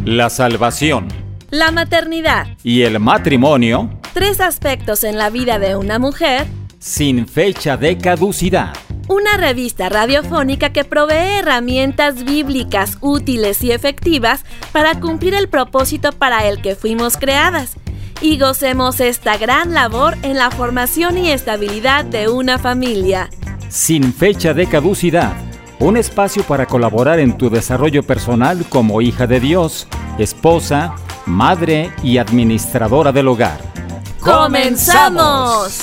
la salvación, la maternidad y el matrimonio, 3 aspectos en la vida de una mujer, sin fecha de caducidad. Una revista radiofónica que provee herramientas bíblicas útiles y efectivas para cumplir el propósito para el que fuimos creadas y gocemos esta gran labor en la formación y estabilidad de una familia. Sin fecha de caducidad, un espacio para colaborar en tu desarrollo personal como hija de Dios, esposa, madre y administradora del hogar. ¡Comenzamos!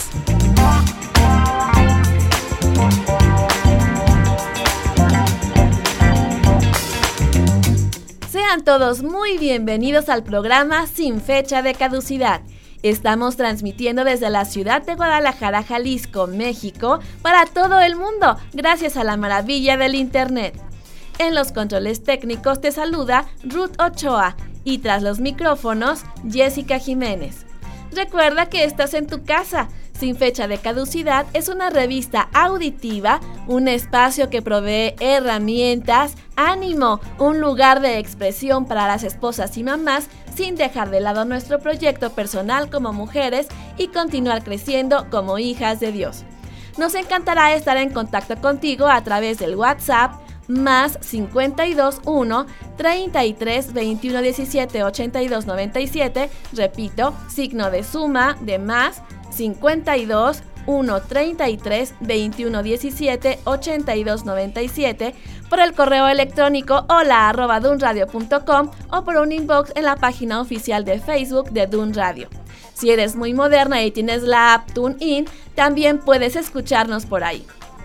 Sean todos muy bienvenidos al programa Sin Fecha de Caducidad. Estamos transmitiendo desde la ciudad de Guadalajara, Jalisco, México, para todo el mundo, gracias a la maravilla del Internet. En los controles técnicos te saluda Ruth Ochoa y tras los micrófonos, Jessica Jiménez. Recuerda que estás en tu casa. Sin Fecha de Caducidad es una revista auditiva, un espacio que provee herramientas, ánimo, un lugar de expresión para las esposas y mamás, sin dejar de lado nuestro proyecto personal como mujeres y continuar creciendo como hijas de Dios. Nos encantará estar en contacto contigo a través del WhatsApp más 52 1 33 21 17 82 97, repito, signo de suma de más 52 1 33 21 17 82 97, por el correo electrónico hola@dunradio.com o por un inbox en la página oficial de Facebook de Dun Radio. Si eres muy moderna y tienes la app TuneIn, también puedes escucharnos por ahí.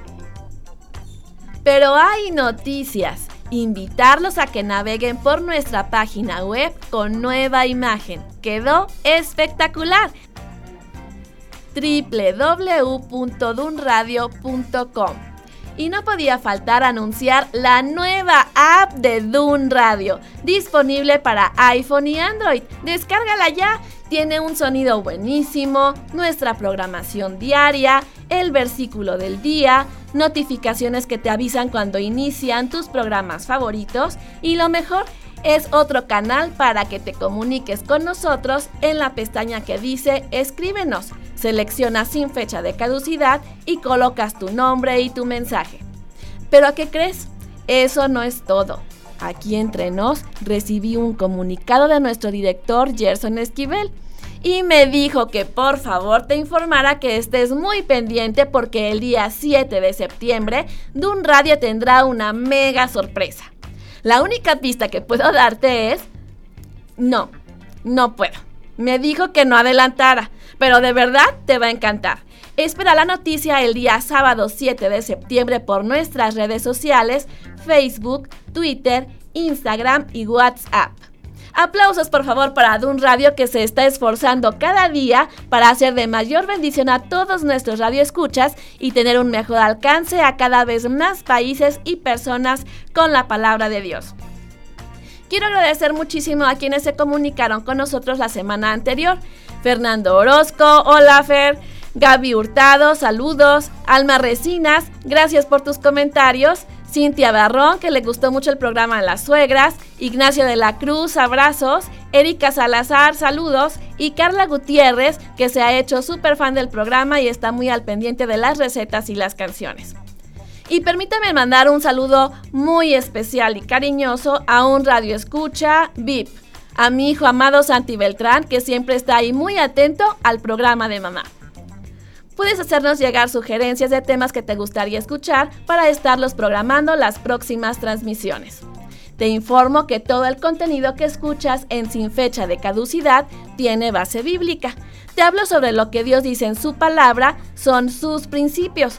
Pero hay noticias. Invitarlos a que naveguen por nuestra página web con nueva imagen. Quedó espectacular. www.dunradio.com. Y no podía faltar anunciar la nueva app de Dun Radio, disponible para iPhone y Android. Descárgala ya. Tiene un sonido buenísimo, nuestra programación diaria, el versículo del día, notificaciones que te avisan cuando inician tus programas favoritos y lo mejor es otro canal para que te comuniques con nosotros en la pestaña que dice Escríbenos. Seleccionas Sin Fecha de Caducidad y colocas tu nombre y tu mensaje. ¿Pero a qué crees? Eso no es todo. Aquí entre nos recibí un comunicado de nuestro director Gerson Esquivel y me dijo que por favor te informara que estés muy pendiente porque el día 7 de septiembre Dun Radio tendrá una mega sorpresa. La única pista que puedo darte es... No puedo. Me dijo que no adelantara, pero de verdad te va a encantar. Espera la noticia el día sábado 7 de septiembre por nuestras redes sociales, Facebook, Twitter, Instagram y WhatsApp. Aplausos por favor para Dun Radio, que se está esforzando cada día para hacer de mayor bendición a todos nuestros radioescuchas y tener un mejor alcance a cada vez más países y personas con la palabra de Dios. Quiero agradecer muchísimo a quienes se comunicaron con nosotros la semana anterior. Fernando Orozco, hola Fer. Gaby Hurtado, saludos. Alma Resinas, gracias por tus comentarios. Cintia Barrón, que le gustó mucho el programa de las suegras. Ignacio de la Cruz, abrazos. Erika Salazar, saludos. Y Carla Gutiérrez, que se ha hecho súper fan del programa y está muy al pendiente de las recetas y las canciones. Y permítame mandar un saludo muy especial y cariñoso a un radioescucha VIP, a mi hijo amado Santi Beltrán, que siempre está ahí muy atento al programa de mamá. Puedes hacernos llegar sugerencias de temas que te gustaría escuchar para estarlos programando las próximas transmisiones. Te informo que todo el contenido que escuchas en Sin Fecha de Caducidad tiene base bíblica. Te hablo sobre lo que Dios dice en su palabra, son sus principios.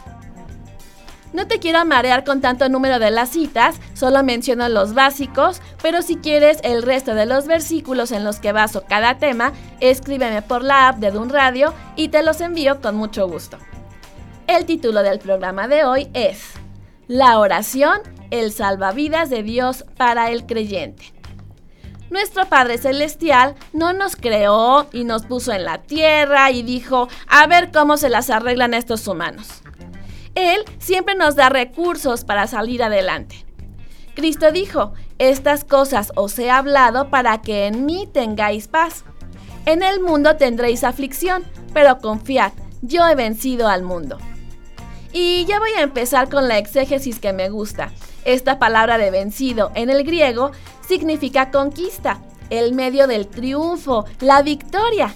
No te quiero marear con tanto número de las citas, solo menciono los básicos, pero si quieres el resto de los versículos en los que baso cada tema, escríbeme por la app de Dun Radio y te los envío con mucho gusto. El título del programa de hoy es La oración, el salvavidas de Dios para el creyente. Nuestro Padre Celestial no nos creó y nos puso en la tierra y dijo, a ver cómo se las arreglan estos humanos. Él siempre nos da recursos para salir adelante. Cristo dijo, Estas cosas os he hablado para que en mí tengáis paz. En el mundo tendréis aflicción, pero confiad, yo he vencido al mundo. Y ya voy a empezar con la exégesis que me gusta. Esta palabra de vencido en el griego significa conquista, el medio del triunfo, la victoria.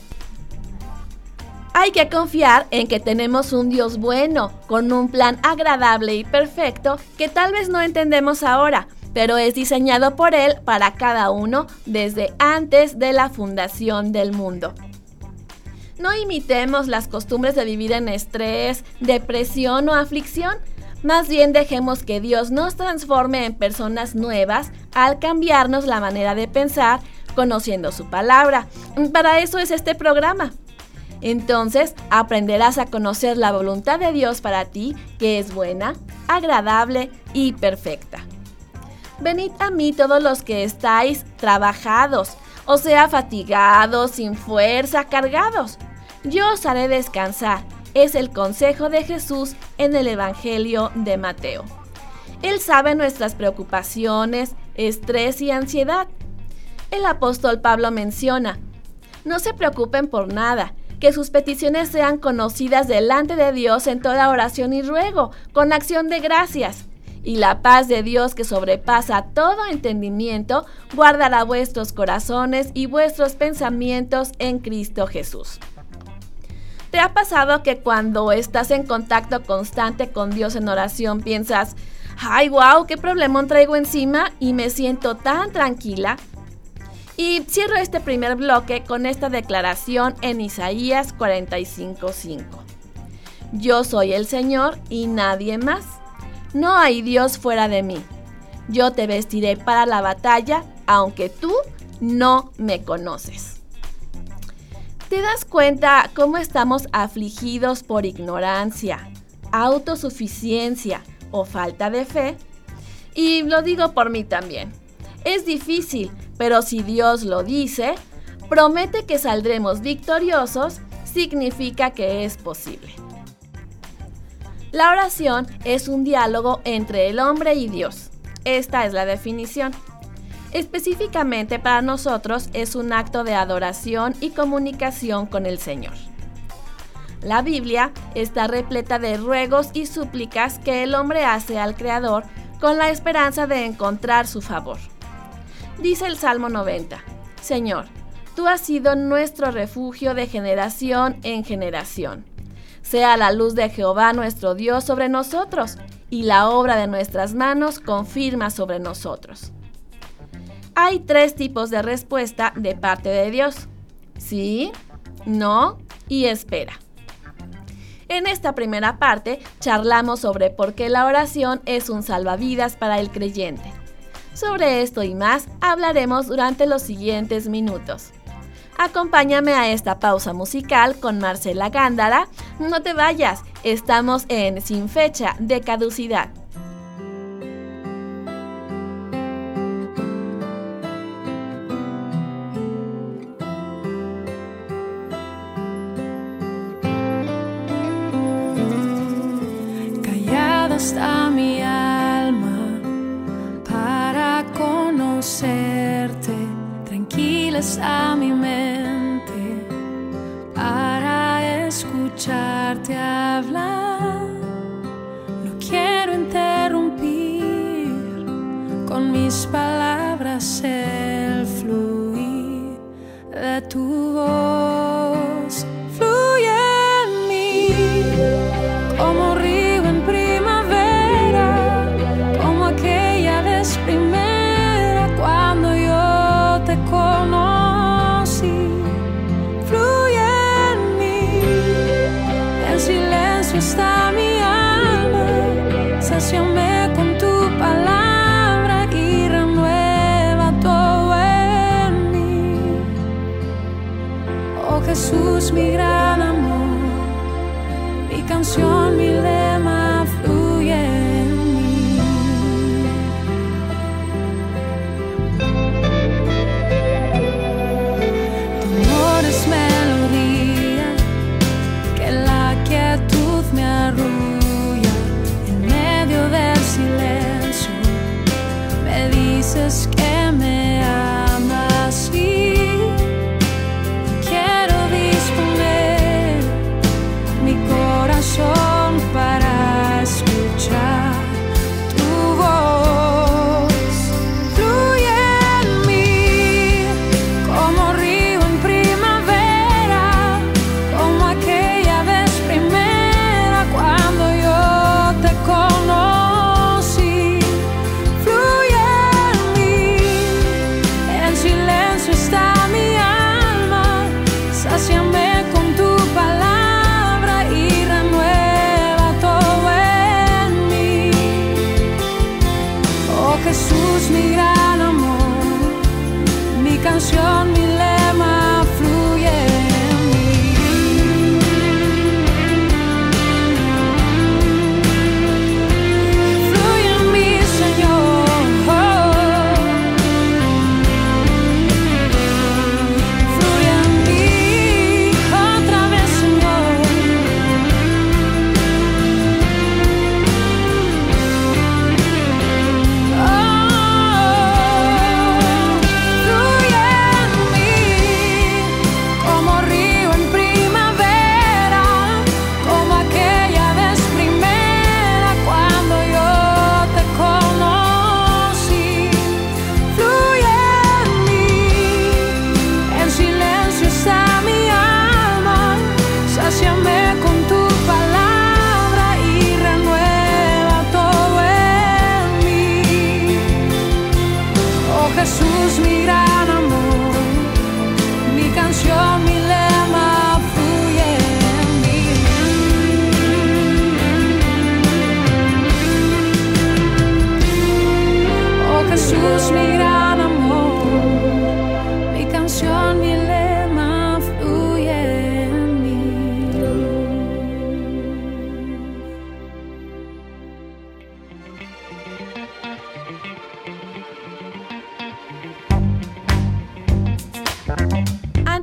Hay que confiar en que tenemos un Dios bueno, con un plan agradable y perfecto que tal vez no entendemos ahora, pero es diseñado por Él para cada uno desde antes de la fundación del mundo. No imitemos las costumbres de vivir en estrés, depresión o aflicción. Más bien dejemos que Dios nos transforme en personas nuevas al cambiarnos la manera de pensar, conociendo su palabra. Para eso es este programa. Entonces aprenderás a conocer la voluntad de Dios para ti, que es buena, agradable y perfecta. Venid a mí todos los que estáis trabajados, o sea, fatigados, sin fuerza, cargados. Yo os haré descansar. Es el consejo de Jesús en el Evangelio de Mateo. Él sabe nuestras preocupaciones, estrés y ansiedad. El apóstol Pablo menciona: no se preocupen por nada, que sus peticiones sean conocidas delante de Dios en toda oración y ruego, con acción de gracias. Y la paz de Dios, que sobrepasa todo entendimiento, guardará vuestros corazones y vuestros pensamientos en Cristo Jesús. ¿Te ha pasado que cuando estás en contacto constante con Dios en oración piensas: ¡ay, wow! ¿Qué problemón traigo encima? Y me siento tan tranquila. Y cierro este primer bloque con esta declaración en Isaías 45:5. Yo soy el Señor y nadie más. No hay Dios fuera de mí. Yo te vestiré para la batalla, aunque tú no me conoces. ¿Te das cuenta cómo estamos afligidos por ignorancia, autosuficiencia o falta de fe? Y lo digo por mí también. Es difícil, pero si Dios lo dice, promete que saldremos victoriosos, significa que es posible. La oración es un diálogo entre el hombre y Dios. Esta es la definición. Específicamente para nosotros es un acto de adoración y comunicación con el Señor. La Biblia está repleta de ruegos y súplicas que el hombre hace al Creador con la esperanza de encontrar su favor. Dice el Salmo 90: Señor, tú has sido nuestro refugio de generación en generación. Sea la luz de Jehová nuestro Dios sobre nosotros, y la obra de nuestras manos confirma sobre nosotros. Hay 3 tipos de respuesta de parte de Dios: sí, no y espera. En esta primera parte charlamos sobre por qué la oración es un salvavidas para el creyente. Sobre esto y más hablaremos durante los siguientes minutos. Acompáñame a esta pausa musical con Marcela Gándara. No te vayas, estamos en Sin Fecha de Caducidad. Callada está mi alma para conocerte, tranquila está mi mente para escucharte hablar. No quiero interrumpir con mis palabras el fluir de tu voz. Fluye en mí como río en primavera, como aquella vez primera cuando yo te conocí. Fluye en mí, en silencio está mi alma, sáciame con tu palabra y renueva todo en mí. Oh Jesús, mi gran amor, mi canción, mi lema, fluye en mí. Tu amor es melodía que la quietud me arrulla. En medio del silencio me dices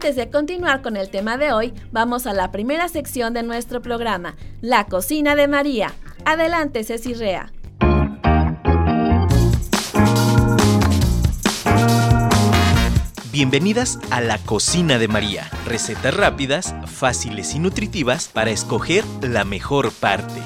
antes de continuar con el tema de hoy, vamos a la primera sección de nuestro programa, La Cocina de María. Adelante, Ceci Rea. Bienvenidas a La Cocina de María. Recetas rápidas, fáciles y nutritivas para escoger la mejor parte.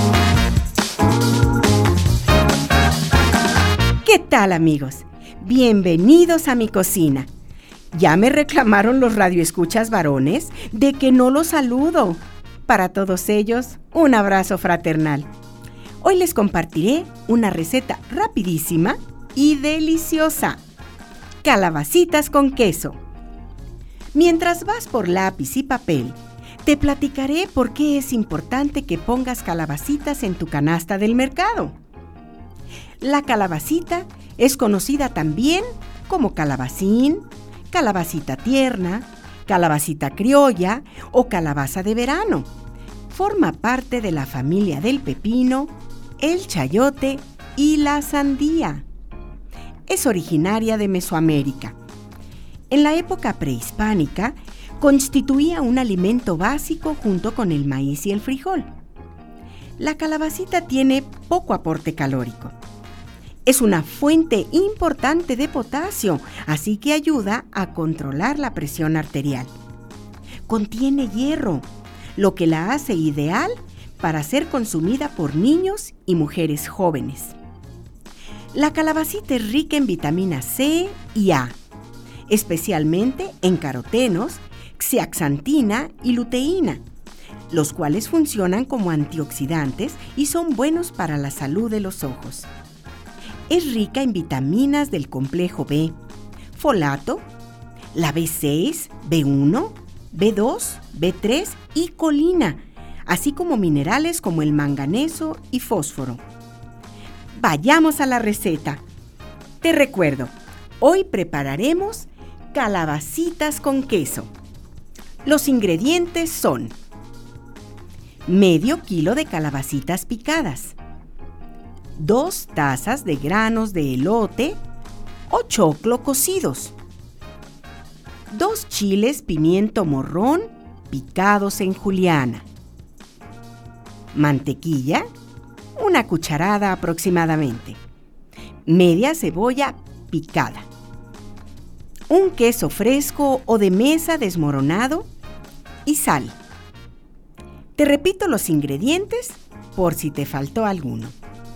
¿Qué tal, amigos? Bienvenidos a mi cocina. Ya me reclamaron los radioescuchas varones de que no los saludo. Para todos ellos, un abrazo fraternal. Hoy les compartiré una receta rapidísima y deliciosa. Calabacitas con queso. Mientras vas por lápiz y papel, te platicaré por qué es importante que pongas calabacitas en tu canasta del mercado. La calabacita es conocida también como calabacín, calabacita tierna, calabacita criolla o calabaza de verano. Forma parte de la familia del pepino, el chayote y la sandía. Es originaria de Mesoamérica. En la época prehispánica, constituía un alimento básico junto con el maíz y el frijol. La calabacita tiene poco aporte calórico. Es una fuente importante de potasio, así que ayuda a controlar la presión arterial. Contiene hierro, lo que la hace ideal para ser consumida por niños y mujeres jóvenes. La calabacita es rica en vitamina C y A, especialmente en carotenos, zeaxantina y luteína, los cuales funcionan como antioxidantes y son buenos para la salud de los ojos. Es rica en vitaminas del complejo B, folato, la B6, B1, B2, B3 y colina, así como minerales como el manganeso y fósforo. Vayamos a la receta. Te recuerdo, hoy prepararemos calabacitas con queso. Los ingredientes son: medio kilo de calabacitas picadas, 2 tazas de granos de elote o choclo cocidos, 2 chiles pimiento morrón picados en juliana, mantequilla, 1 cucharada aproximadamente, media cebolla picada, un queso fresco o de mesa desmoronado y sal. Te repito los ingredientes por si te faltó alguno.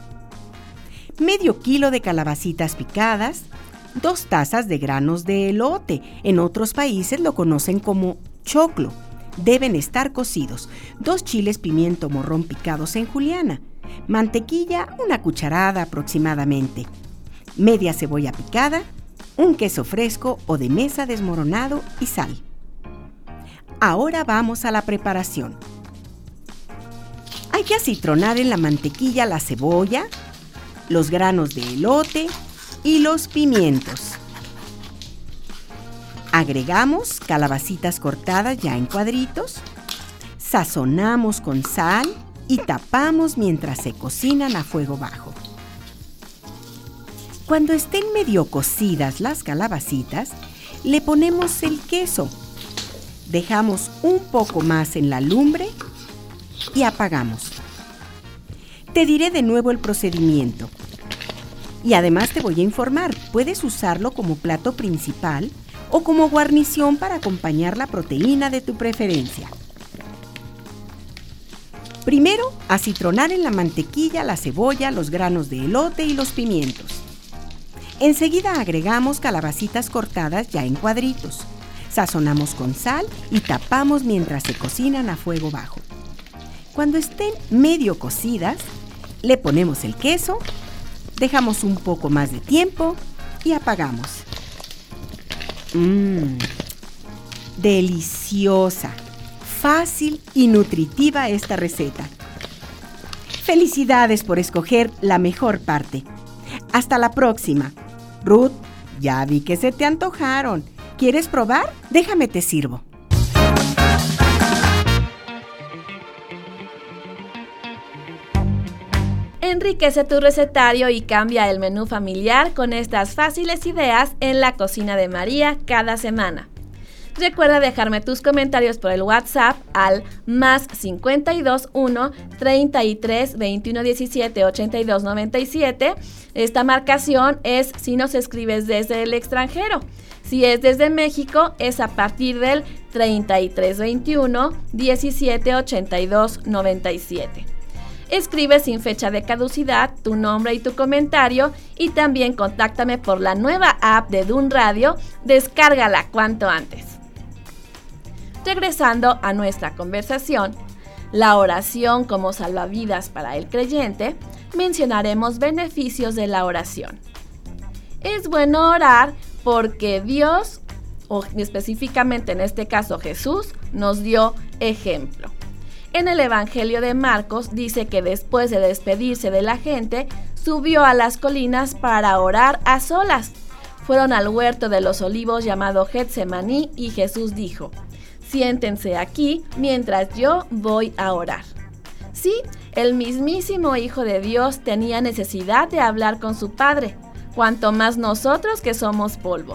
Medio kilo de calabacitas picadas, 2 tazas de granos de elote, en otros países lo conocen como choclo, deben estar cocidos, 2 chiles pimiento morrón picados en juliana, mantequilla 1 cucharada aproximadamente, media cebolla picada, un queso fresco o de mesa desmoronado y sal. Ahora vamos a la preparación. Hay que acitronar en la mantequilla la cebolla, los granos de elote y los pimientos. Agregamos calabacitas cortadas ya en cuadritos, sazonamos con sal y tapamos mientras se cocinan a fuego bajo. Cuando estén medio cocidas las calabacitas, le ponemos el queso. Dejamos un poco más en la lumbre y apagamos. Te diré de nuevo el procedimiento. Y además te voy a informar, puedes usarlo como plato principal o como guarnición para acompañar la proteína de tu preferencia. Primero, acitronar en la mantequilla la cebolla, los granos de elote y los pimientos. Enseguida agregamos calabacitas cortadas ya en cuadritos. Sazonamos con sal y tapamos mientras se cocinan a fuego bajo. Cuando estén medio cocidas, le ponemos el queso, dejamos un poco más de tiempo y apagamos. Deliciosa, fácil y nutritiva esta receta. Felicidades por escoger la mejor parte. Hasta la próxima. Ruth, ya vi que se te antojaron. ¿Quieres probar? Déjame te sirvo. Enriquece tu recetario y cambia el menú familiar con estas fáciles ideas en La Cocina de María cada semana. Recuerda dejarme tus comentarios por el WhatsApp al más 52 1 33 21 17 82 97. Esta marcación es si nos escribes desde el extranjero. Si es desde México, es a partir del 33 21 17 82 97. Escribe sin fecha de caducidad tu nombre y tu comentario, y también contáctame por la nueva app de Dun Radio. Descárgala cuanto antes. Regresando a nuestra conversación, la oración como salvavidas para el creyente, mencionaremos beneficios de la oración. Es bueno orar porque Dios, o específicamente en este caso Jesús, nos dio ejemplo. En el Evangelio de Marcos dice que después de despedirse de la gente, subió a las colinas para orar a solas. Fueron al huerto de los olivos llamado Getsemaní y Jesús dijo: siéntense aquí mientras yo voy a orar. Sí, el mismísimo Hijo de Dios tenía necesidad de hablar con su Padre, cuanto más nosotros que somos polvo.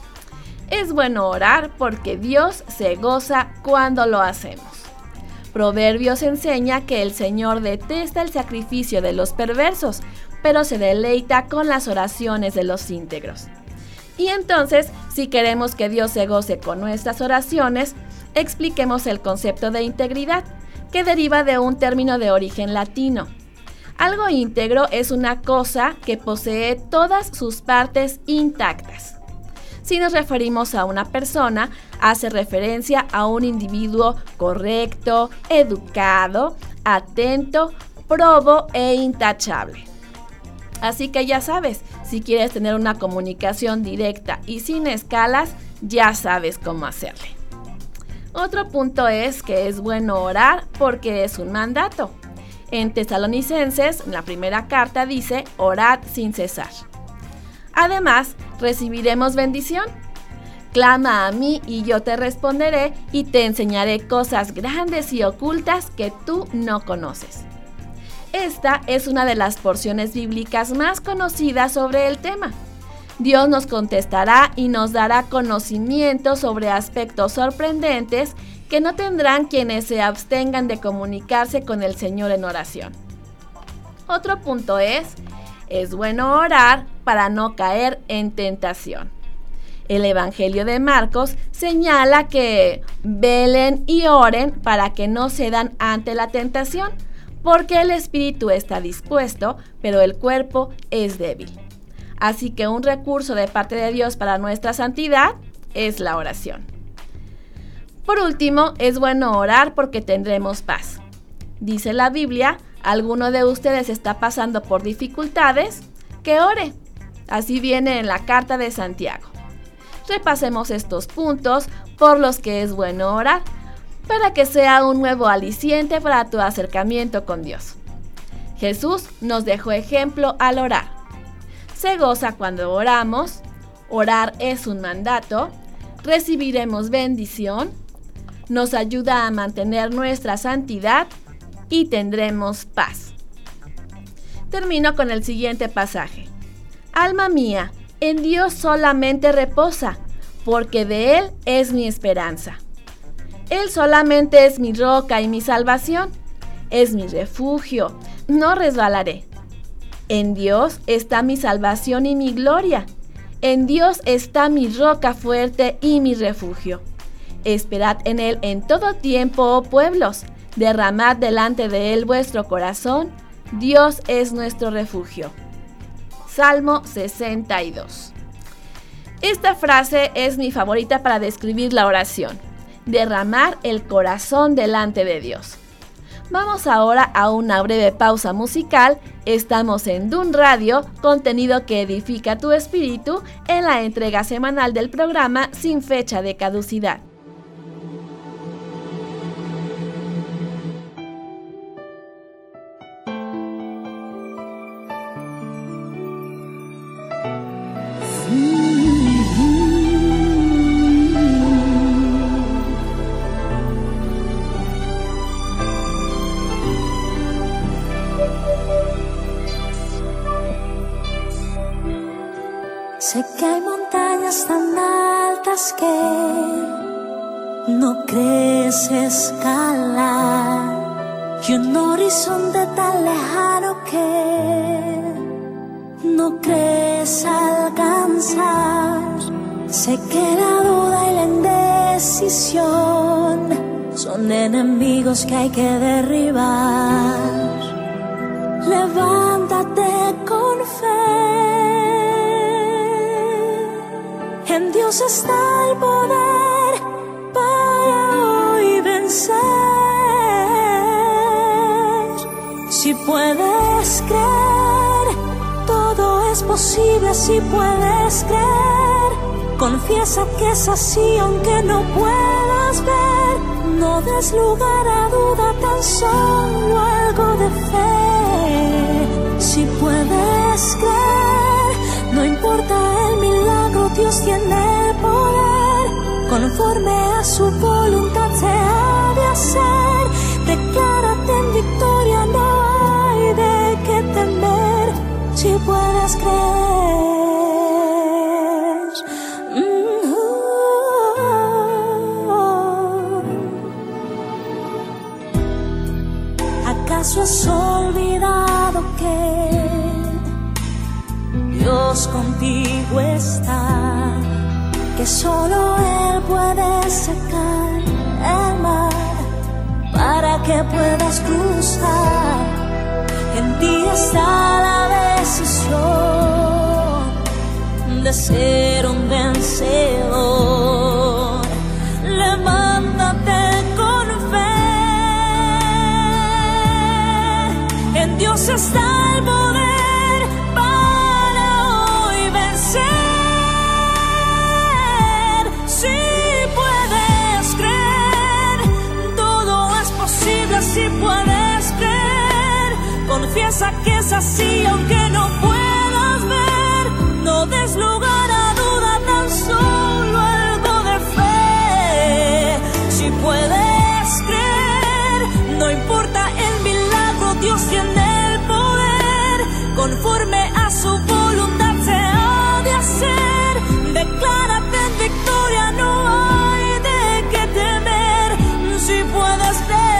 Es bueno orar porque Dios se goza cuando lo hacemos. Proverbios enseña que el Señor detesta el sacrificio de los perversos, pero se deleita con las oraciones de los íntegros. Y entonces, si queremos que Dios se goce con nuestras oraciones, expliquemos el concepto de integridad, que deriva de un término de origen latino. Algo íntegro es una cosa que posee todas sus partes intactas. Si nos referimos a una persona, hace referencia a un individuo correcto, educado, atento, probo e intachable. Así que ya sabes, si quieres tener una comunicación directa y sin escalas, ya sabes cómo hacerle. Otro punto es que es bueno orar porque es un mandato. En Tesalonicenses, en la primera carta dice: orad sin cesar. Además, recibiremos bendición. Clama a mí y yo te responderé y te enseñaré cosas grandes y ocultas que tú no conoces. Esta es una de las porciones bíblicas más conocidas sobre el tema. Dios nos contestará y nos dará conocimiento sobre aspectos sorprendentes que no tendrán quienes se abstengan de comunicarse con el Señor en oración. Otro punto es bueno orar para no caer en tentación. El Evangelio de Marcos señala que velen y oren para que no cedan ante la tentación, porque el espíritu está dispuesto, pero el cuerpo es débil. Así que un recurso de parte de Dios para nuestra santidad es la oración. Por último, es bueno orar porque tendremos paz. Dice la Biblia: ¿alguno de ustedes está pasando por dificultades? Que ore. Así viene en la carta de Santiago. Repasemos estos puntos por los que es bueno orar, para que sea un nuevo aliciente para tu acercamiento con Dios. Jesús nos dejó ejemplo al orar. Se goza cuando oramos, orar es un mandato, recibiremos bendición, nos ayuda a mantener nuestra santidad y tendremos paz. Termino con el siguiente pasaje. Alma mía, en Dios solamente reposa, porque de Él es mi esperanza. Él solamente es mi roca y mi salvación, es mi refugio, no resbalaré. En Dios está mi salvación y mi gloria. En Dios está mi roca fuerte y mi refugio. Esperad en Él en todo tiempo, oh pueblos. Derramad delante de Él vuestro corazón. Dios es nuestro refugio. Salmo 62. Esta frase es mi favorita para describir la oración. Derramar el corazón delante de Dios. Vamos ahora a una breve pausa musical. Estamos en Dun Radio, contenido que edifica tu espíritu, en la entrega semanal del programa Sin Fecha de Caducidad. Sé que hay montañas tan altas que No crees escalar y un horizonte tan lejano que no crees alcanzar. Sé que la duda y la indecisión son enemigos que hay que derribar. Levántate con fe, en Dios está el poder para hoy vencer. Si puedes creer, todo es posible. Si puedes creer, confiesa que es así aunque no puedas ver. No des lugar a duda, tan solo algo de fe. Si puedes creer, no importa el milagro, Dios tiene el poder. Conforme a su voluntad se ha de hacer. Declárate en victoria, no hay de qué temer. Si puedes creer. ¿Acaso has olvidado que Dios contigo está? Que solo Él puede secar el mar para que puedas cruzar. En ti está la decisión de ser un vencedor. Levántate con fe, en Dios está el poder para hoy vencer. Si puedes creer, todo es posible. Si puedes creer, confiesa que es así aunque no puedas ver. No des lugar a duda, tan solo algo de fe. Si puedes creer, no importa el milagro, Dios tiene el poder. Conforme a su voluntad se ha de hacer. Declárate en victoria, no hay de qué temer. Si puedes creer.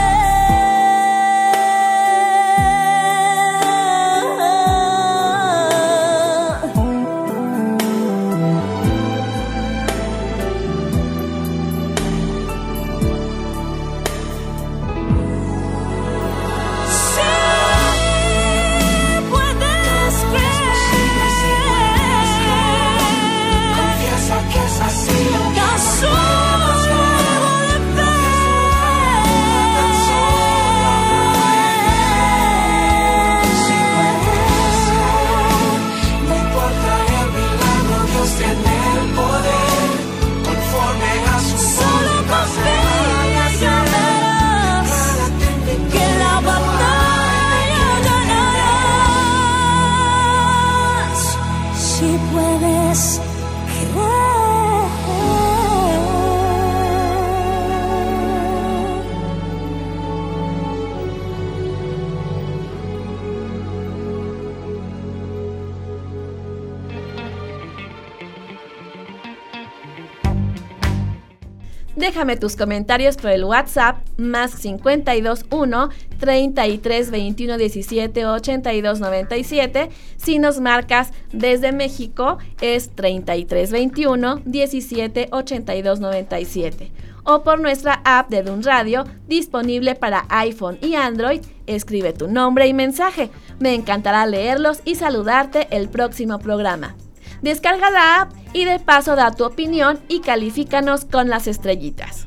Déjame tus comentarios por el WhatsApp más 52 1 33 21 17 82 97. Si nos marcas desde México es 33 21 17 82 97. O por nuestra app de Dun Radio, disponible para iPhone y Android. Escribe tu nombre y mensaje. Me encantará leerlos y saludarte el próximo programa. Descarga la app y de paso da tu opinión y califícanos con las estrellitas.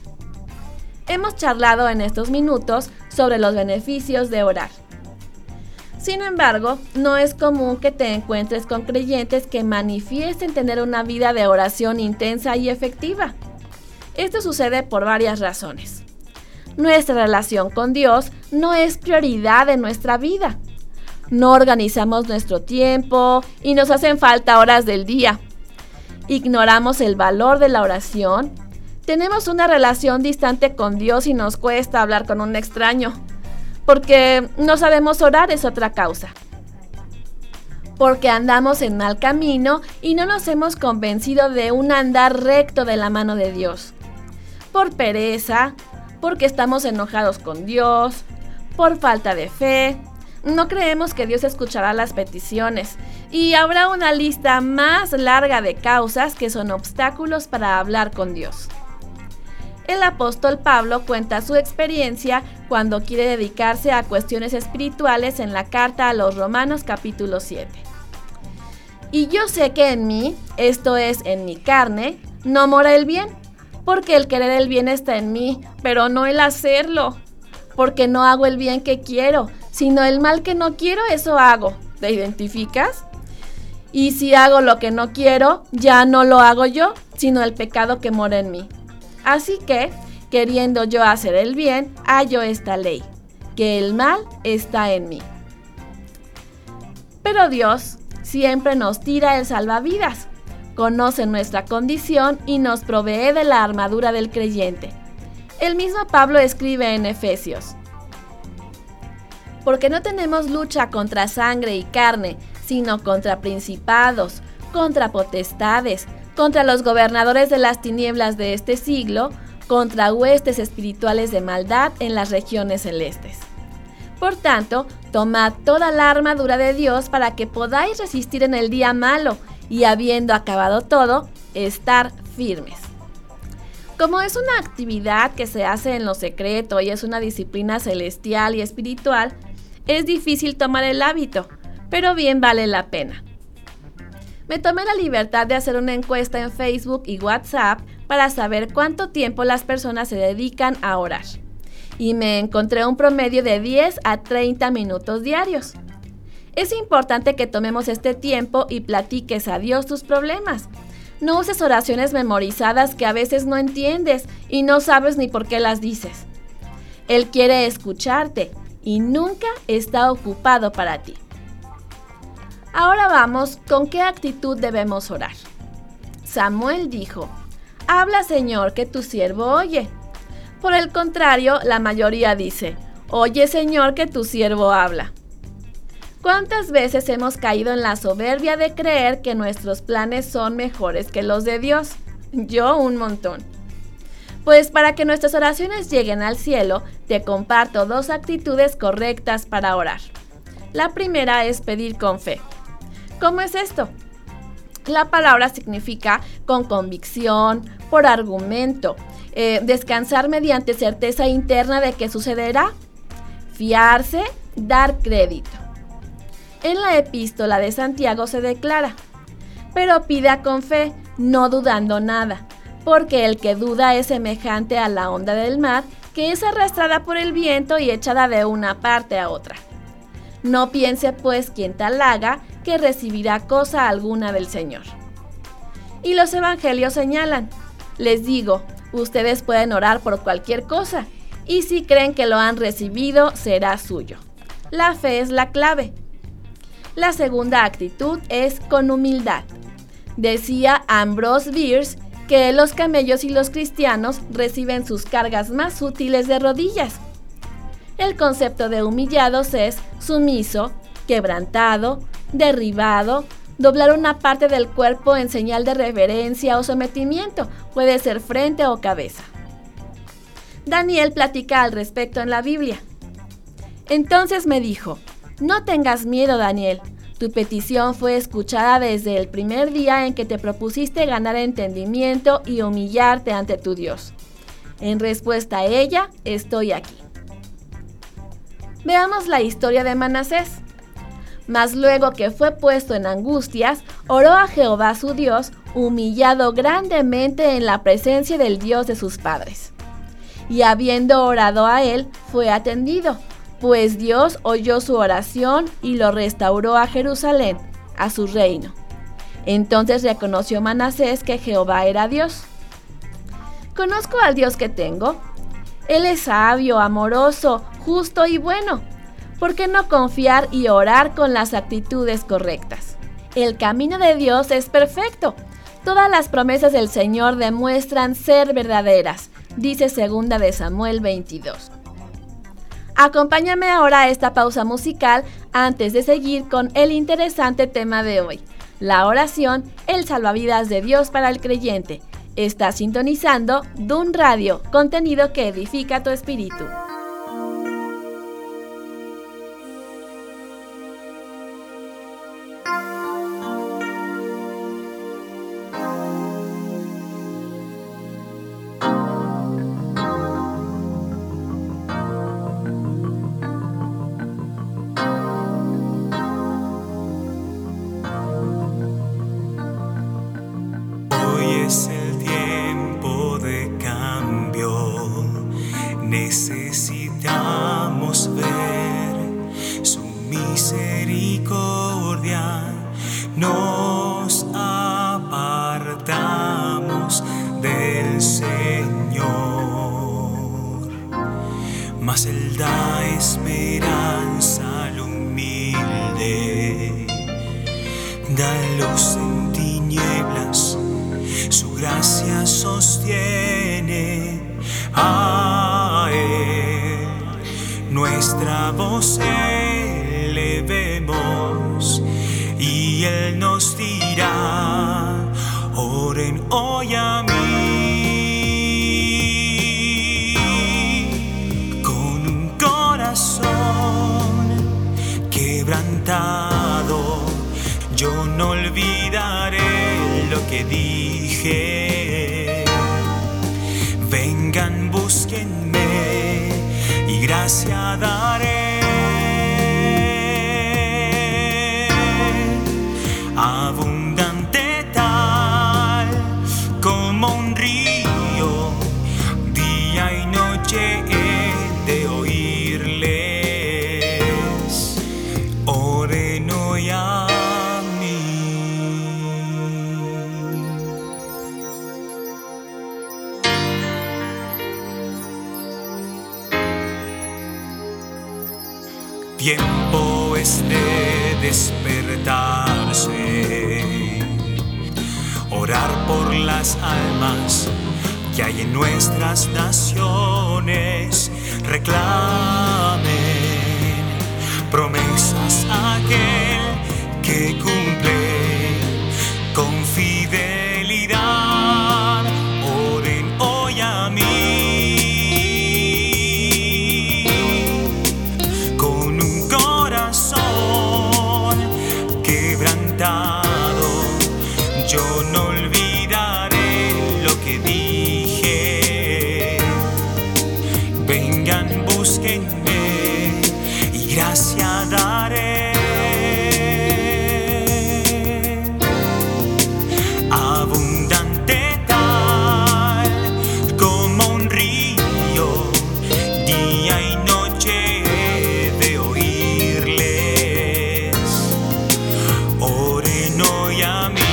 Hemos charlado en estos minutos sobre los beneficios de orar. Sin embargo, no es común que te encuentres con creyentes que manifiesten tener una vida de oración intensa y efectiva. Esto sucede por varias razones. Nuestra relación con Dios no es prioridad en nuestra vida. No organizamos nuestro tiempo y nos hacen falta horas del día. Ignoramos el valor de la oración. Tenemos una relación distante con Dios y nos cuesta hablar con un extraño. Porque no sabemos orar es otra causa. Porque andamos en mal camino y no nos hemos convencido de un andar recto de la mano de Dios. por pereza, porque estamos enojados con Dios, por falta de fe. No creemos que Dios escuchará las peticiones y habrá una lista más larga de causas que son obstáculos para hablar con Dios. El apóstol Pablo cuenta su experiencia cuando quiere dedicarse a cuestiones espirituales en la carta a los Romanos capítulo 7. Y yo sé que en mí, esto es, en mi carne, no mora el bien, porque el querer el bien está en mí, pero no el hacerlo, porque no hago el bien que quiero, sino el mal que no quiero, eso hago. ¿Te identificas? Y si hago lo que no quiero, ya no lo hago yo, sino el pecado que mora en mí. Así que, queriendo yo hacer el bien, hallo esta ley, que el mal está en mí. Pero Dios siempre nos tira el salvavidas, conoce nuestra condición y nos provee de la armadura del creyente. El mismo Pablo escribe en Efesios: porque no tenemos lucha contra sangre y carne, sino contra principados, contra potestades, contra los gobernadores de las tinieblas de este siglo, contra huestes espirituales de maldad en las regiones celestes. Por tanto, tomad toda la armadura de Dios para que podáis resistir en el día malo y, habiendo acabado todo, estar firmes. Como es una actividad que se hace en lo secreto y es una disciplina celestial y espiritual, es difícil tomar el hábito, pero bien vale la pena. Me tomé la libertad de hacer una encuesta en Facebook y WhatsApp para saber cuánto tiempo las personas se dedican a orar. Y me encontré un promedio de 10 a 30 minutos diarios. Es importante que tomemos este tiempo y platiques a Dios tus problemas. No uses oraciones memorizadas que a veces no entiendes y no sabes ni por qué las dices. Él quiere escucharte y nunca está ocupado para ti. Ahora vamos con qué actitud debemos orar. Samuel dijo: habla, Señor, que tu siervo oye. Por el contrario, la mayoría dice: oye, Señor, que tu siervo habla. ¿Cuántas veces hemos caído en la soberbia de creer que nuestros planes son mejores que los de Dios? Yo un montón. Pues para que nuestras oraciones lleguen al cielo, te comparto 2 actitudes correctas para orar. La primera es pedir con fe. ¿Cómo es esto? La palabra significa con convicción, por argumento, descansar mediante certeza interna de que sucederá, fiarse, dar crédito. En la epístola de Santiago se declara: pero pida con fe, no dudando nada, porque el que duda es semejante a la onda del mar, que es arrastrada por el viento y echada de una parte a otra. No piense pues quien tal haga que recibirá cosa alguna del Señor. Y los evangelios señalan: les digo, ustedes pueden orar por cualquier cosa, y si creen que lo han recibido, será suyo. La fe es la clave. La segunda actitud es con humildad. Decía Ambrose Bierce que los camellos y los cristianos reciben sus cargas más útiles de rodillas. El concepto de humillados es sumiso, quebrantado, derribado, doblar una parte del cuerpo en señal de reverencia o sometimiento, puede ser frente o cabeza. Daniel platica al respecto en la Biblia. Entonces me dijo: no tengas miedo, Daniel, tu petición fue escuchada desde el primer día en que te propusiste ganar entendimiento y humillarte ante tu Dios. En respuesta a ella, estoy aquí. Veamos la historia de Manasés. Mas luego que fue puesto en angustias, oró a Jehová su Dios, humillado grandemente en la presencia del Dios de sus padres. Y habiendo orado a él, fue atendido, pues Dios oyó su oración y lo restauró a Jerusalén, a su reino. Entonces reconoció Manasés que Jehová era Dios. ¿Conozco al Dios que tengo? Él es sabio, amoroso, justo y bueno. ¿Por qué no confiar y orar con las actitudes correctas? El camino de Dios es perfecto. Todas las promesas del Señor demuestran ser verdaderas, dice 2 de Samuel 22. Acompáñame ahora a esta pausa musical antes de seguir con el interesante tema de hoy, la oración, el salvavidas de Dios para el creyente. Estás sintonizando DUN Radio, contenido que edifica tu espíritu. Es el tiempo de cambio, necesitamos ver su misericordia, nos apartamos del Señor, mas Él da esperanza al humilde, da luz en tinieblas. Su gracia sostiene a Él, nuestra voz elevemos y Él nos dirá: oren hoy a mí. Con un corazón quebrantado, yo no olvidaré lo que dije. Vengan, búsquenme y gracia daré. Abundante tal como un río, día y noche he de oírles. Oren hoy a tiempo es de despertarse, orar por las almas que hay en nuestras naciones, reclamen promesas a aquel que cumple con fidelidad. Oren hoy a mí. Yo no olvidaré lo que dije. Vengan, búsquenme y gracia daré. Abundante tal como un río, día y noche he de oírles. Oren hoy a mí.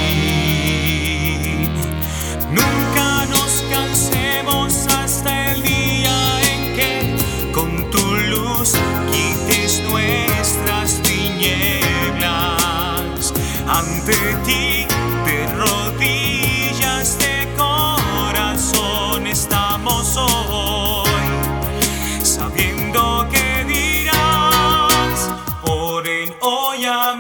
Nunca nos cansemos hasta el día en que con tu luz quites nuestras tinieblas. Ante ti de rodillas, de corazón estamos hoy, sabiendo que dirás: oren hoy a mí.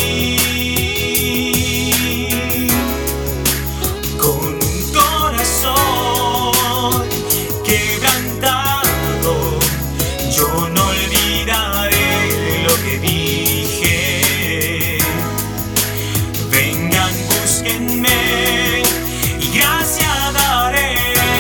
Yo no olvidaré lo que dije. Vengan, búsquenme y gracia daré.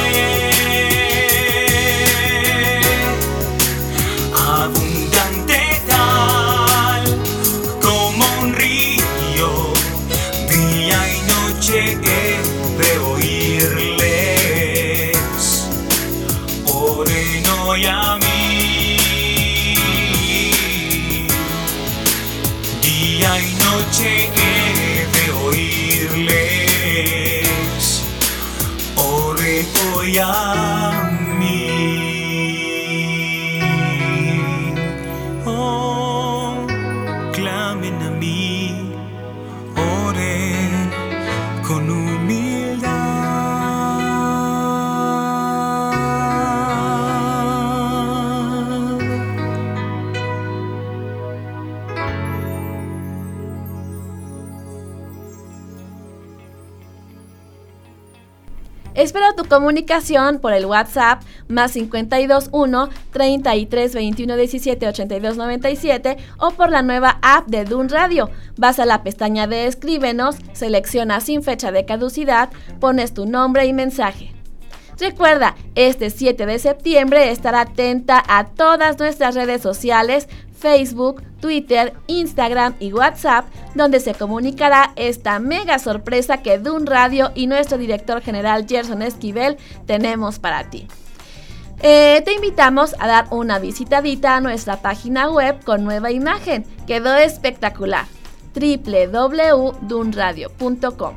Abundante tal como un río, día y noche he de oírles. Oren hoy a mí. Día y noche he de oírles. Oren hoy a mí. Oh, clamen a mí, oren con humildad. Espero tu comunicación por el WhatsApp más 521 33 21 17 82 97 o por la nueva app de Dun Radio. Vas a la pestaña de Escríbenos, seleccionas sin fecha de caducidad, pones tu nombre y mensaje. Recuerda, este 7 de septiembre estar atenta a todas nuestras redes sociales, Facebook, Twitter, Instagram y WhatsApp, donde se comunicará esta mega sorpresa que Dun Radio y nuestro director general Gerson Esquivel tenemos para ti. Te invitamos a dar una visitadita a nuestra página web con nueva imagen. Quedó espectacular. www.dunradio.com.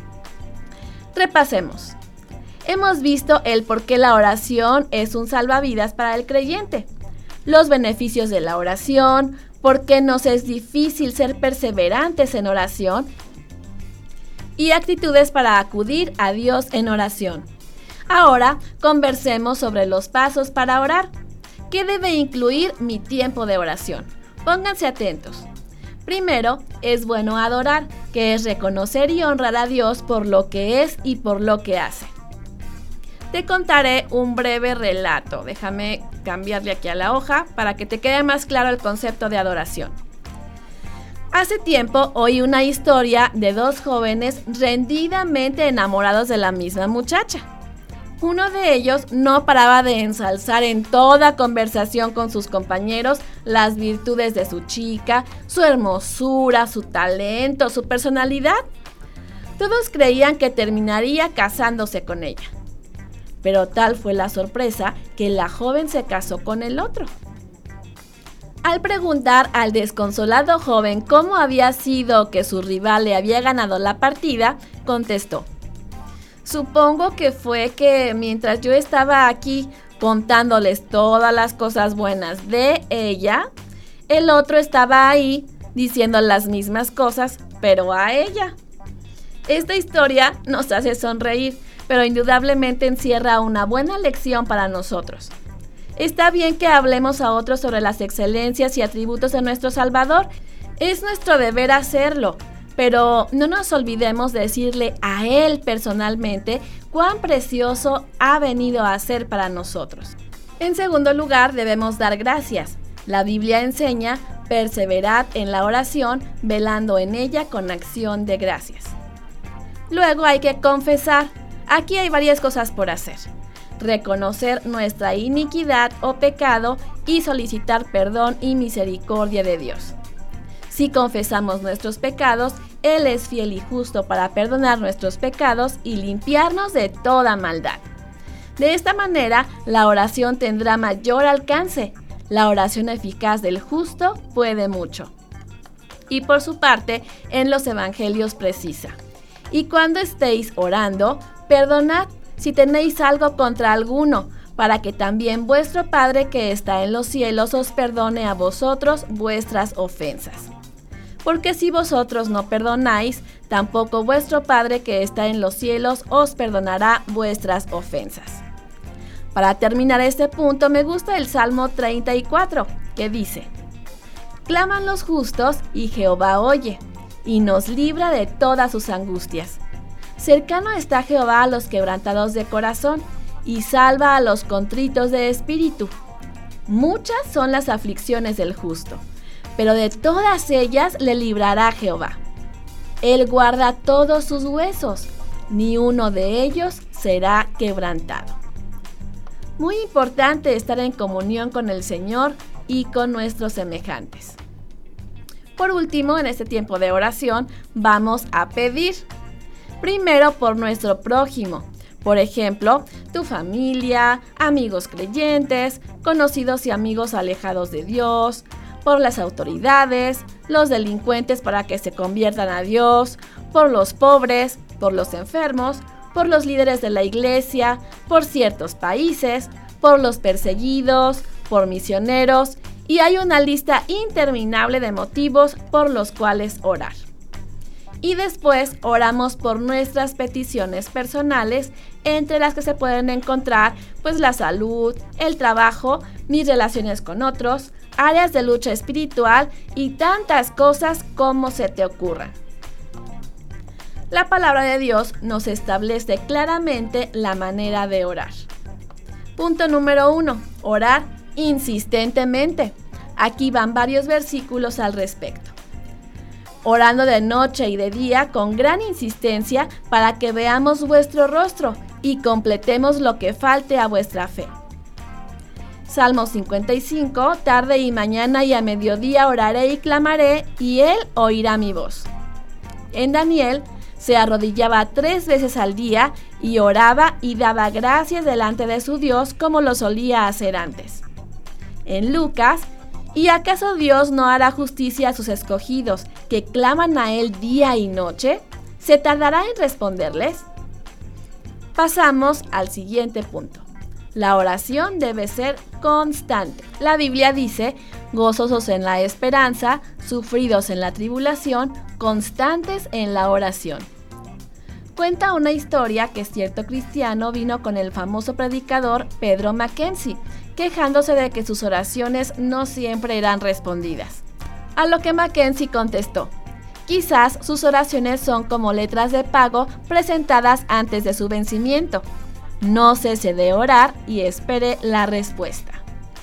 Repasemos. Hemos visto el por qué la oración es un salvavidas para el creyente, los beneficios de la oración, por qué nos es difícil ser perseverantes en oración y actitudes para acudir a Dios en oración. Ahora conversemos sobre los pasos para orar. ¿Qué debe incluir mi tiempo de oración? Pónganse atentos. Primero, es bueno adorar, que es reconocer y honrar a Dios por lo que es y por lo que hace. Te contaré un breve relato. Déjame cambiarle aquí a la hoja para que te quede más claro el concepto de adoración. Hace tiempo oí una historia de dos jóvenes rendidamente enamorados de la misma muchacha. Uno de ellos no paraba de ensalzar en toda conversación con sus compañeros las virtudes de su chica, su hermosura, su talento, su personalidad. Todos creían que terminaría casándose con ella. Pero tal fue la sorpresa que la joven se casó con el otro. Al preguntar al desconsolado joven cómo había sido que su rival le había ganado la partida, contestó: supongo que fue que mientras yo estaba aquí contándoles todas las cosas buenas de ella, el otro estaba ahí diciendo las mismas cosas, pero a ella. Esta historia nos hace sonreír, pero indudablemente encierra una buena lección para nosotros. Está bien que hablemos a otros sobre las excelencias y atributos de nuestro Salvador. Es nuestro deber hacerlo, pero no nos olvidemos de decirle a Él personalmente cuán precioso ha venido a ser para nosotros. En segundo lugar, debemos dar gracias. La Biblia enseña: perseverad en la oración, velando en ella con acción de gracias. Luego hay que confesar. Aquí hay varias cosas por hacer. Reconocer nuestra iniquidad o pecado y solicitar perdón y misericordia de Dios. Si confesamos nuestros pecados, Él es fiel y justo para perdonar nuestros pecados y limpiarnos de toda maldad. De esta manera, la oración tendrá mayor alcance. La oración eficaz del justo puede mucho. Y por su parte, en los evangelios precisa: y cuando estéis orando, perdonad si tenéis algo contra alguno, para que también vuestro Padre que está en los cielos os perdone a vosotros vuestras ofensas. Porque si vosotros no perdonáis, tampoco vuestro Padre que está en los cielos os perdonará vuestras ofensas. Para terminar este punto, me gusta el Salmo 34, que dice: claman los justos y Jehová oye, y nos libra de todas sus angustias. Cercano está Jehová a los quebrantados de corazón, y salva a los contritos de espíritu. Muchas son las aflicciones del justo, pero de todas ellas le librará Jehová. Él guarda todos sus huesos, ni uno de ellos será quebrantado. Muy importante estar en comunión con el Señor y con nuestros semejantes. Por último, en este tiempo de oración, vamos a pedir. Primero por nuestro prójimo. Por ejemplo, tu familia, amigos creyentes, conocidos y amigos alejados de Dios, por las autoridades, los delincuentes para que se conviertan a Dios, por los pobres, por los enfermos, por los líderes de la iglesia, por ciertos países, por los perseguidos, por misioneros, y hay una lista interminable de motivos por los cuales orar. Y después oramos por nuestras peticiones personales, entre las que se pueden encontrar pues la salud, el trabajo, mis relaciones con otros, áreas de lucha espiritual y tantas cosas como se te ocurran. La palabra de Dios nos establece claramente la manera de orar. Punto número 1. Orar insistentemente. Aquí van varios versículos al respecto. Orando de noche y de día con gran insistencia para que veamos vuestro rostro y completemos lo que falte a vuestra fe. Salmo 55, tarde y mañana y a mediodía oraré y clamaré, y Él oirá mi voz. En Daniel se arrodillaba 3 veces al día y oraba y daba gracias delante de su Dios como lo solía hacer antes. En Lucas, ¿y acaso Dios no hará justicia a sus escogidos que claman a Él día y noche? ¿Se tardará en responderles? Pasamos al siguiente punto. La oración debe ser constante. La Biblia dice, gozosos en la esperanza, sufridos en la tribulación, constantes en la oración. Cuenta una historia que cierto cristiano vino con el famoso predicador Pedro Mackenzie, quejándose de que sus oraciones no siempre eran respondidas. A lo que Mackenzie contestó, quizás sus oraciones son como letras de pago presentadas antes de su vencimiento. No cese de orar y espere la respuesta.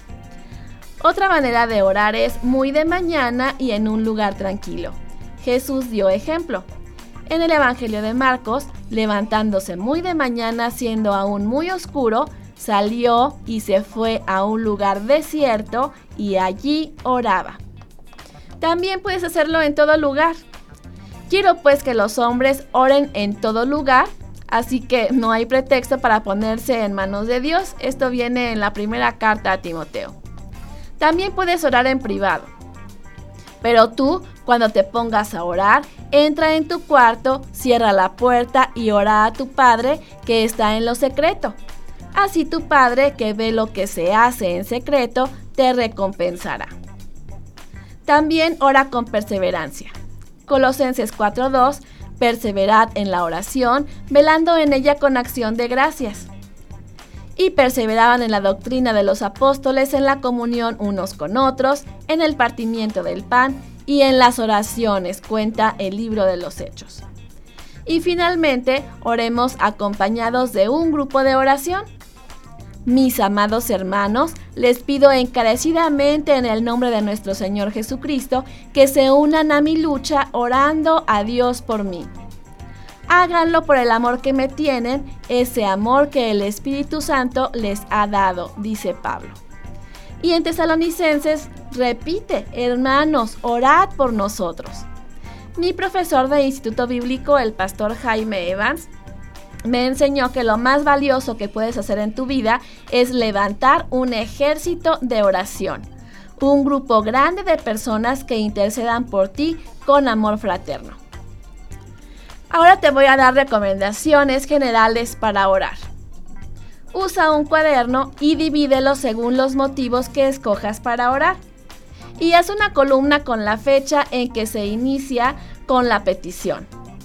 Otra manera de orar es muy de mañana y en un lugar tranquilo. Jesús dio ejemplo. En el Evangelio de Marcos, levantándose muy de mañana siendo aún muy oscuro, salió y se fue a un lugar desierto y allí oraba. También puedes hacerlo en todo lugar. Quiero pues que los hombres oren en todo lugar, así que no hay pretexto para ponerse en manos de Dios. Esto viene en la primera carta a Timoteo. También puedes orar en privado. Pero tú, cuando te pongas a orar, entra en tu cuarto, cierra la puerta y ora a tu Padre que está en lo secreto. Así tu Padre, que ve lo que se hace en secreto, te recompensará. También ora con perseverancia. Colosenses 4:2, perseverad en la oración, velando en ella con acción de gracias. Y perseveraban en la doctrina de los apóstoles, en la comunión unos con otros, en el partimiento del pan y en las oraciones, cuenta el libro de los Hechos. Y finalmente, oremos acompañados de un grupo de oración. Mis amados hermanos, les pido encarecidamente en el nombre de nuestro Señor Jesucristo que se unan a mi lucha orando a Dios por mí. Háganlo por el amor que me tienen, ese amor que el Espíritu Santo les ha dado, dice Pablo. Y en Tesalonicenses repite, hermanos, orad por nosotros. Mi profesor de Instituto Bíblico, el pastor Jaime Evans, me enseñó que lo más valioso que puedes hacer en tu vida es levantar un ejército de oración, un grupo grande de personas que intercedan por ti con amor fraterno. Ahora te voy a dar recomendaciones generales para orar. Usa un cuaderno y divídelo según los motivos que escojas para orar. Y haz una columna con la fecha en que se inicia con la petición.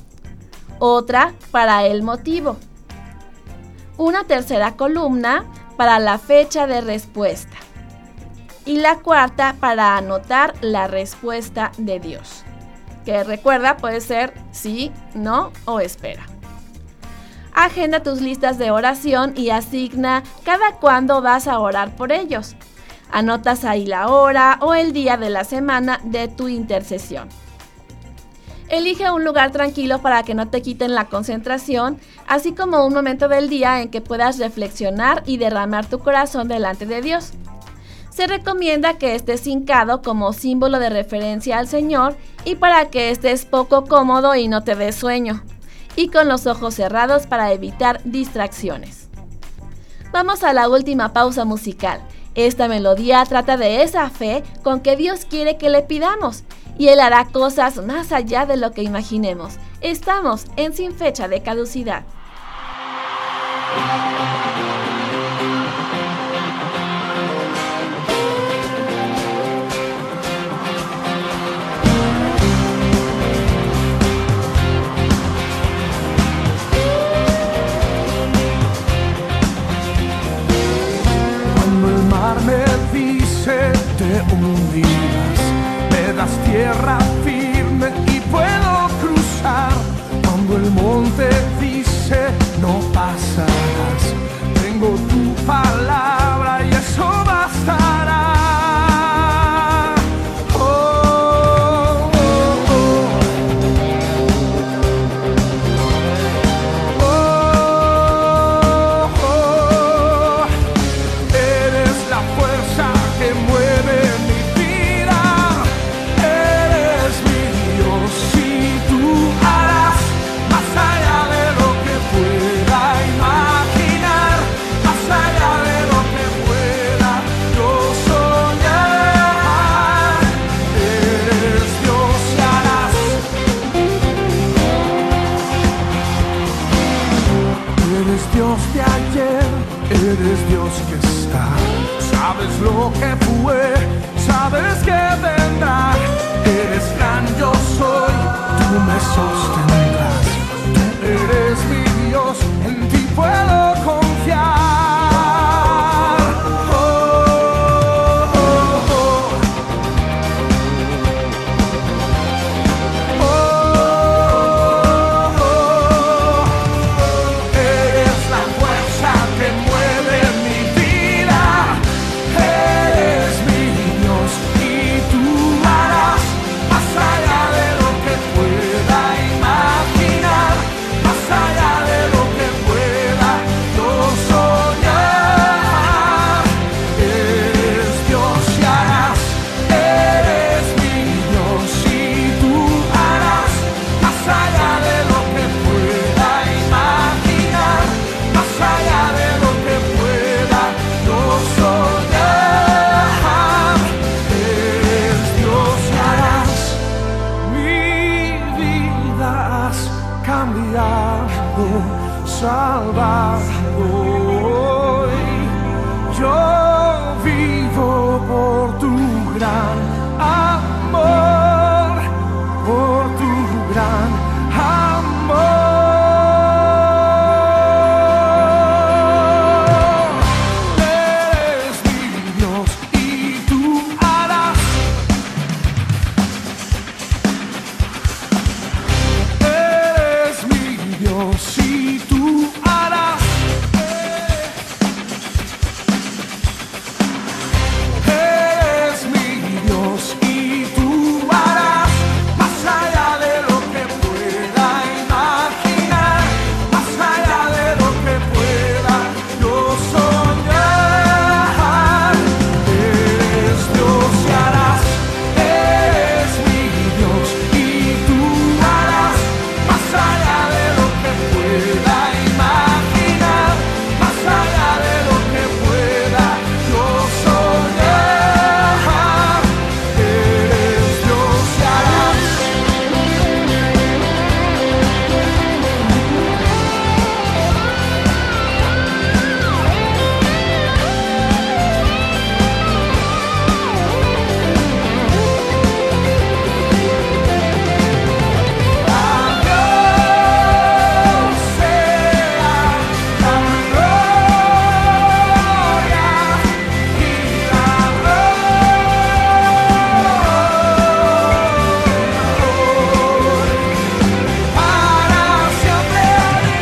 Otra para el motivo. Una tercera columna para la fecha de respuesta. Y la cuarta para anotar la respuesta de Dios. Que recuerda, puede ser sí, no o espera. Agenda tus listas de oración y asigna cada cuándo vas a orar por ellos. Anotas ahí la hora o el día de la semana de tu intercesión. Elige un lugar tranquilo para que no te quiten la concentración, así como un momento del día en que puedas reflexionar y derramar tu corazón delante de Dios. Se recomienda que estés hincado como símbolo de referencia al Señor y para que estés poco cómodo y no te dé sueño, y con los ojos cerrados para evitar distracciones. Vamos a la última pausa musical. Esta melodía trata de esa fe con que Dios quiere que le pidamos, y Él hará cosas más allá de lo que imaginemos. Estamos en Sin Fecha de Caducidad. Me dice te hundirás, me das tierra firme y puedo cruzar. Cuando el salvado hoy. Yo vivo por tu gran amor, por tu gran amor. Eres mi Dios y tú harás. Eres mi Dios y tú harás. Eres mi Dios y tú harás más allá de lo que pueda imaginar, más allá de lo que pueda yo soñar. Eres Dios y harás. Eres mi Dios y tú harás más allá de lo que pueda imaginar, más allá de lo que pueda yo soñar. Eres Dios y harás. A Dios sea la gloria y la para siempre. A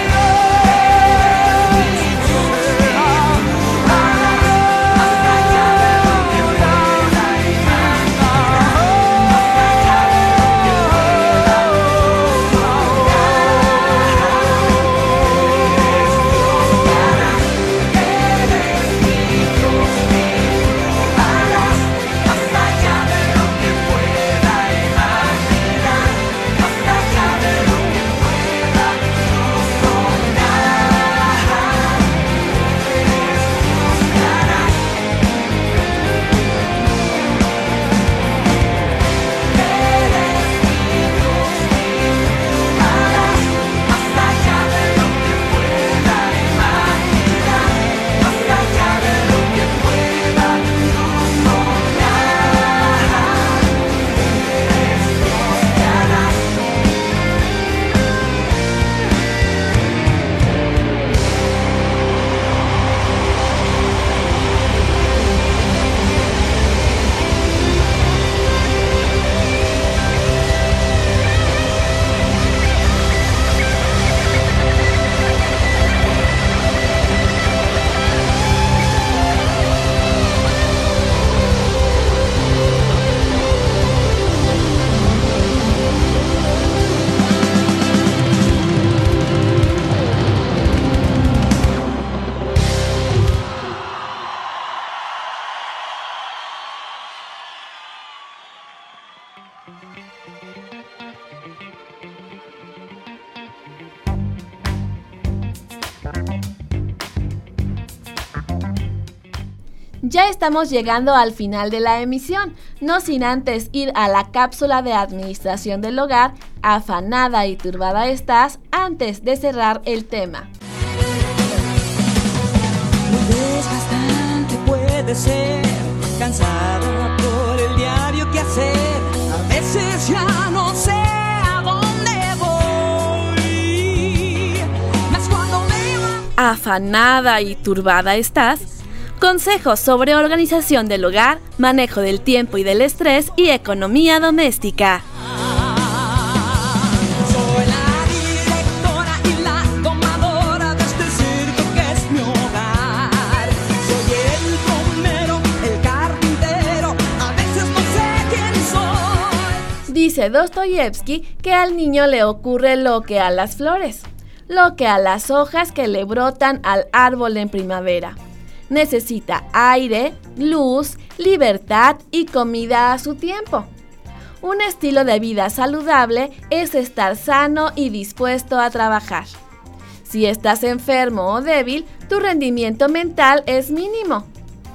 Ya estamos llegando al final de la emisión, no sin antes ir a la cápsula de administración del hogar. Afanada y turbada estás, antes de cerrar el tema. Desgastante puede ser, cansada por el diario que hacer. A veces ya no sé a dónde voy. Mas cuando me Afanada y turbada estás. Consejos sobre organización del hogar, manejo del tiempo y del estrés y economía doméstica. soy la directora y la domadora de este circo que es mi hogar. Soy el plomero, el carpintero, a veces no sé quién soy. Dice Dostoyevsky que al niño le ocurre lo que a las flores, lo que a las hojas que le brotan al árbol en primavera. Necesita aire, luz, libertad y comida a su tiempo. Un estilo de vida saludable es estar sano y dispuesto a trabajar. Si estás enfermo o débil, tu rendimiento mental es mínimo.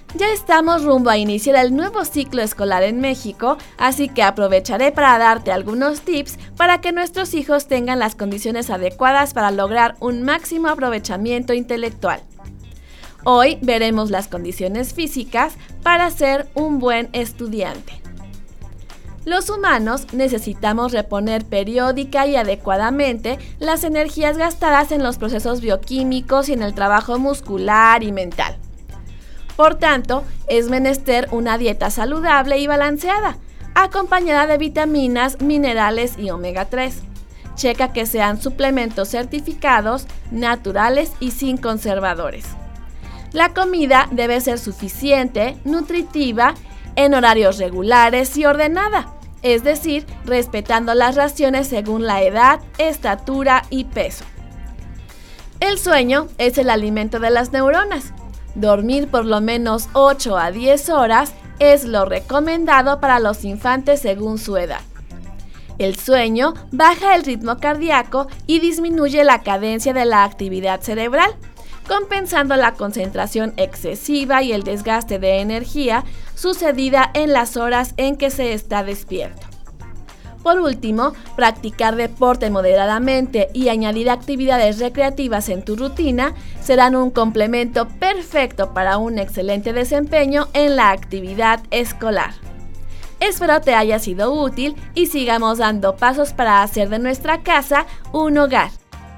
Ya estamos rumbo a iniciar el nuevo ciclo escolar en México, así que aprovecharé para darte algunos tips para que nuestros hijos tengan las condiciones adecuadas para lograr un máximo aprovechamiento intelectual. Hoy veremos las condiciones físicas para ser un buen estudiante. Los humanos necesitamos reponer periódica y adecuadamente las energías gastadas en los procesos bioquímicos y en el trabajo muscular y mental. Por tanto, es menester una dieta saludable y balanceada, acompañada de vitaminas, minerales y omega 3. Checa que sean suplementos certificados, naturales y sin conservadores. La comida debe ser suficiente, nutritiva, en horarios regulares y ordenada, es decir, respetando las raciones según la edad, estatura y peso. El sueño es el alimento de las neuronas. Dormir por lo menos 8 a 10 horas es lo recomendado para los infantes según su edad. El sueño baja el ritmo cardíaco y disminuye la cadencia de la actividad cerebral, compensando la concentración excesiva y el desgaste de energía sucedida en las horas en que se está despierto. Por último, practicar deporte moderadamente y añadir actividades recreativas en tu rutina serán un complemento perfecto para un excelente desempeño en la actividad escolar. Espero te haya sido útil y sigamos dando pasos para hacer de nuestra casa un hogar.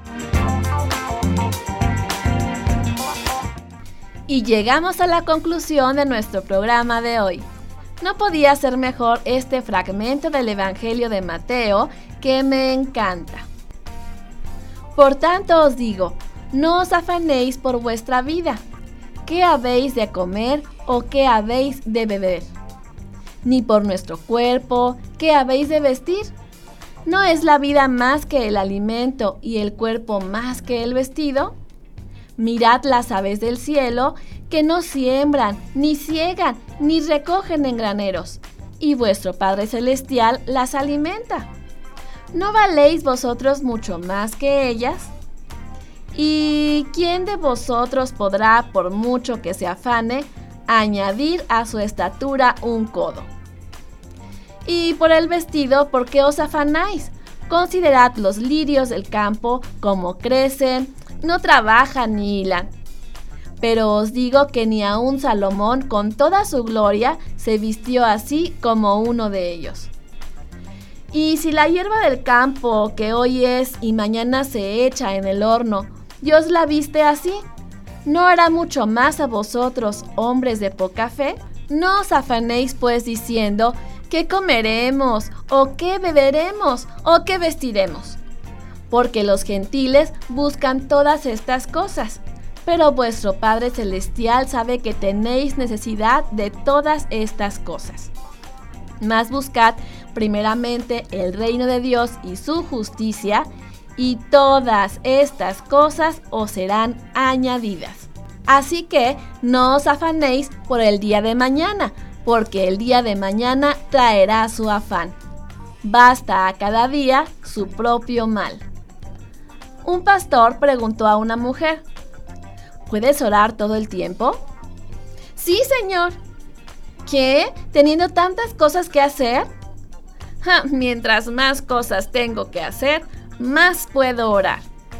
Y llegamos a la conclusión de nuestro programa de hoy. No podía ser mejor este fragmento del Evangelio de Mateo que me encanta. Por tanto os digo, no os afanéis por vuestra vida, qué habéis de comer o qué habéis de beber, ni por nuestro cuerpo, qué habéis de vestir. ¿No es la vida más que el alimento y el cuerpo más que el vestido? Mirad las aves del cielo, que no siembran, ni siegan, ni recogen en graneros, y vuestro Padre Celestial las alimenta. ¿No valéis vosotros mucho más que ellas? ¿Y quién de vosotros podrá, por mucho que se afane, añadir a su estatura un codo? Y por el vestido, ¿por qué os afanáis? Considerad los lirios del campo, cómo crecen, no trabajan ni hilan. Pero os digo que ni aun Salomón con toda su gloria se vistió así como uno de ellos. Y si la hierba del campo que hoy es y mañana se echa en el horno, Dios la viste así, ¿no hará mucho más a vosotros, hombres de poca fe? No os afanéis pues diciendo, ¿qué comeremos? ¿O qué beberemos? ¿O qué vestiremos? Porque los gentiles buscan todas estas cosas, pero vuestro Padre Celestial sabe que tenéis necesidad de todas estas cosas. Mas buscad primeramente el reino de Dios y su justicia, y todas estas cosas os serán añadidas. Así que no os afanéis por el día de mañana, porque el día de mañana traerá su afán. Basta a cada día su propio mal. Un pastor preguntó a una mujer, ¿puedes orar todo el tiempo? Sí, señor. ¿Qué? ¿Teniendo tantas cosas que hacer? Mientras más cosas tengo que hacer, más puedo orar.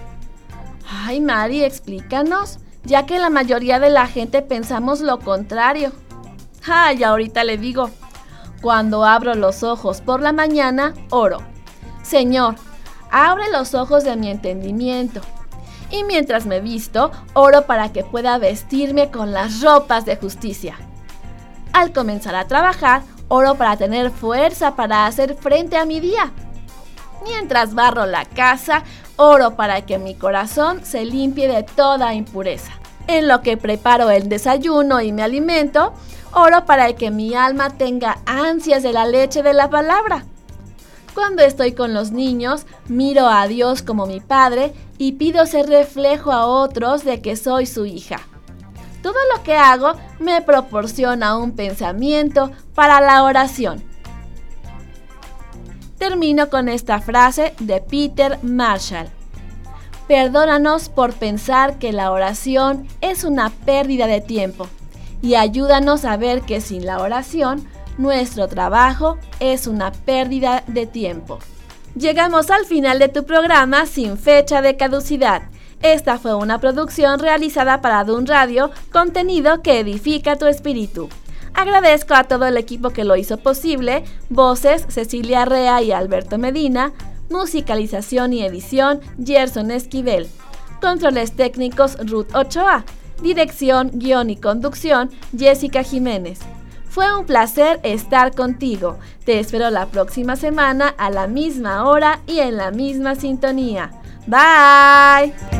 Ay, Mari, explícanos, ya que la mayoría de la gente pensamos lo contrario. Y ahorita le digo, cuando abro los ojos por la mañana, oro. Señor, abre los ojos de mi entendimiento. Y mientras me visto, oro para que pueda vestirme con las ropas de justicia. Al comenzar a trabajar, oro para tener fuerza para hacer frente a mi día. Mientras barro la casa, oro para que mi corazón se limpie de toda impureza. En lo que preparo el desayuno y me alimento, oro para que mi alma tenga ansias de la leche de la palabra. Cuando estoy con los niños, miro a Dios como mi Padre y pido ser reflejo a otros de que soy su hija. Todo lo que hago me proporciona un pensamiento para la oración. Termino con esta frase de Peter Marshall. Perdónanos por pensar que la oración es una pérdida de tiempo y ayúdanos a ver que sin la oración, nuestro trabajo es una pérdida de tiempo. Llegamos al final de tu programa sin fecha de caducidad. Esta fue una producción realizada para Dun Radio, contenido que edifica tu espíritu. Agradezco a todo el equipo que lo hizo posible: voces Cecilia Rea y Alberto Medina, musicalización y edición Gerson Esquivel, controles técnicos Ruth Ochoa, dirección, guión y conducción Jessica Jiménez. Fue un placer estar contigo. Te espero la próxima semana a la misma hora y en la misma sintonía. Bye.